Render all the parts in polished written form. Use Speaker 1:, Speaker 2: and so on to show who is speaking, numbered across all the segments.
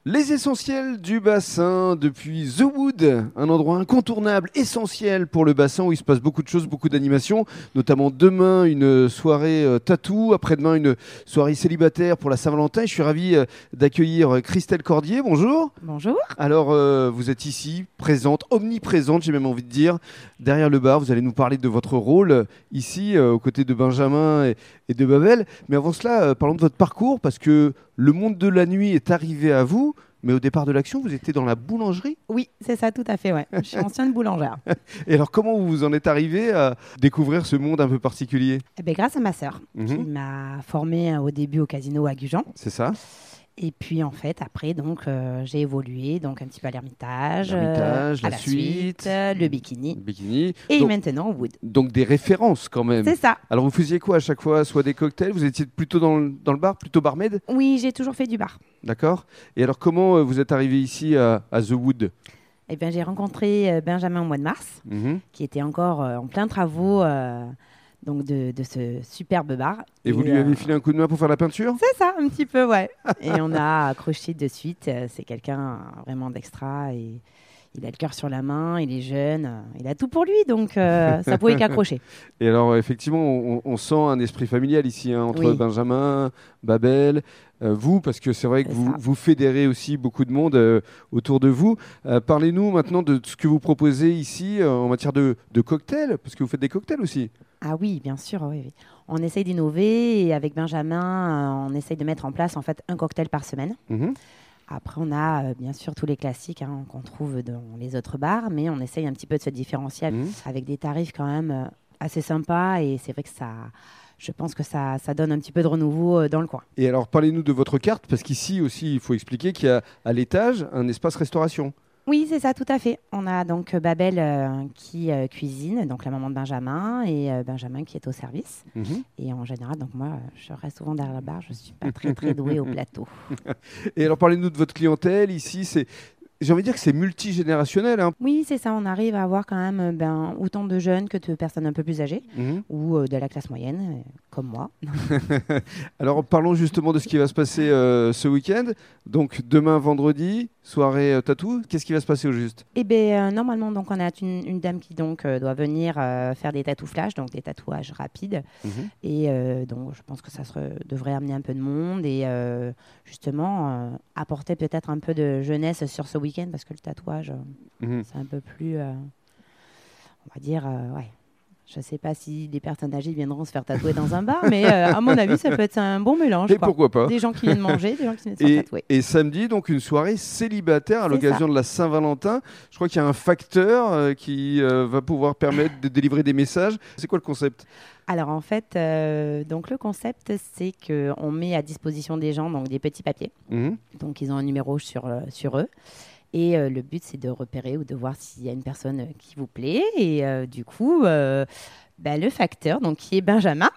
Speaker 1: Les essentiels du bassin depuis The Wood, un endroit incontournable, essentiel pour le bassin où il se passe beaucoup de choses, beaucoup d'animations, notamment demain une soirée tatou, après-demain une soirée célibataire pour la Saint-Valentin. Je suis ravi d'accueillir Christelle Cordier, bonjour.
Speaker 2: Bonjour.
Speaker 1: Alors vous êtes ici, présente, omniprésente, j'ai même envie de dire, derrière le bar. Vous allez nous parler de votre rôle ici, aux côtés de Benjamin et de Babel. Mais avant cela, parlons de votre parcours, parce que le monde de la nuit est arrivé à vous. Mais au départ de l'action, vous étiez dans la boulangerie ?
Speaker 2: Oui, c'est ça, tout à fait. Ouais. Je suis ancienne boulangère.
Speaker 1: Et alors, comment vous en êtes arrivé à découvrir ce monde un peu particulier ?
Speaker 2: Eh bien, grâce à ma sœur, qui m'a formée au début au casino à Gujan.
Speaker 1: C'est ça ?
Speaker 2: Et puis, en fait, après, donc, j'ai évolué donc, un petit peu à l'Ermitage,
Speaker 1: la
Speaker 2: à la suite, le bikini. Et
Speaker 1: donc,
Speaker 2: maintenant au Wood.
Speaker 1: Donc des références quand même.
Speaker 2: C'est ça.
Speaker 1: Alors, vous faisiez quoi à chaque fois ? Soit des cocktails ? Vous étiez plutôt dans le bar, plutôt barmaid ?
Speaker 2: Oui, j'ai toujours fait du bar.
Speaker 1: D'accord. Et alors, comment vous êtes arrivé ici à The Wood ?
Speaker 2: Eh bien, j'ai rencontré Benjamin au mois de mars, qui était encore en plein travaux donc de ce superbe bar.
Speaker 1: Et vous lui avez filé un coup de main pour faire la peinture ?
Speaker 2: C'est ça, un petit peu, ouais. Et on a accroché de suite. C'est quelqu'un vraiment d'extra et il a le cœur sur la main, il est jeune, il a tout pour lui, donc ça pouvait qu'accrocher.
Speaker 1: Et alors, effectivement, on sent un esprit familial ici, entre
Speaker 2: Oui.
Speaker 1: Benjamin, Babel, vous, parce que c'est vrai que vous fédérez aussi beaucoup de monde autour de vous. Parlez-nous maintenant de ce que vous proposez ici en matière de cocktails, parce que vous faites des cocktails aussi.
Speaker 2: Ah oui, bien sûr, oui. On essaye d'innover et avec Benjamin, on essaye de mettre en place en fait un cocktail par semaine. Après, on a bien sûr tous les classiques qu'on trouve dans les autres bars, mais on essaye un petit peu de se différencier avec des tarifs quand même assez sympas. Et c'est vrai que je pense que ça donne un petit peu de renouveau dans le coin.
Speaker 1: Et alors, parlez-nous de votre carte, parce qu'ici aussi, il faut expliquer qu'il y a à l'étage un espace restauration.
Speaker 2: Oui, c'est ça, tout à fait. On a donc Babel qui cuisine, donc la maman de Benjamin, et Benjamin qui est au service. Et en général, donc moi, je reste souvent derrière la barre. Je ne suis pas très, très douée au plateau.
Speaker 1: Et alors, parlez-nous de votre clientèle. Ici, j'ai envie de dire que c'est multigénérationnel.
Speaker 2: Oui, c'est ça. On arrive à avoir quand même autant de jeunes que de personnes un peu plus âgées ou de la classe moyenne, comme moi.
Speaker 1: Alors, parlons justement de ce qui va se passer ce week-end. Donc, demain, vendredi, soirée tatou. Qu'est-ce qui va se passer au juste ?
Speaker 2: Eh bien, normalement, donc, on a une dame qui donc, doit venir faire des tatous flash, donc des tatouages rapides. Et donc, je pense que ça devrait amener un peu de monde et justement apporter peut-être un peu de jeunesse sur ce week-end parce que le tatouage, c'est un peu plus, on va dire, ouais. Je ne sais pas si des personnes âgées viendront se faire tatouer dans un bar, mais à mon avis, ça peut être un bon mélange.
Speaker 1: Et pourquoi pas ?
Speaker 2: Des gens qui viennent manger, des gens qui viennent se faire tatouer.
Speaker 1: Et samedi, donc une soirée célibataire à l'occasion de la Saint-Valentin. Je crois qu'il y a un facteur qui va pouvoir permettre de délivrer des messages. C'est quoi le concept ?
Speaker 2: Alors en fait, donc le concept, c'est qu'on met à disposition des gens donc, des petits papiers. Donc ils ont un numéro sur eux. Et le but, c'est de repérer ou de voir s'il y a une personne qui vous plaît. Et du coup, le facteur, donc, qui est Benjamin,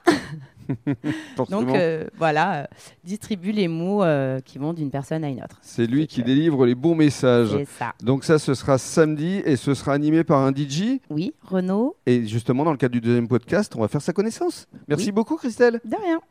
Speaker 2: donc distribue les mots qui vont d'une personne à une autre.
Speaker 1: C'est lui qui délivre les bons messages.
Speaker 2: C'est ça.
Speaker 1: Donc ça, ce sera samedi et ce sera animé par un DJ.
Speaker 2: Oui, Renaud.
Speaker 1: Et justement, dans le cadre du deuxième podcast, on va faire sa connaissance. Merci beaucoup, Christelle.
Speaker 2: De rien.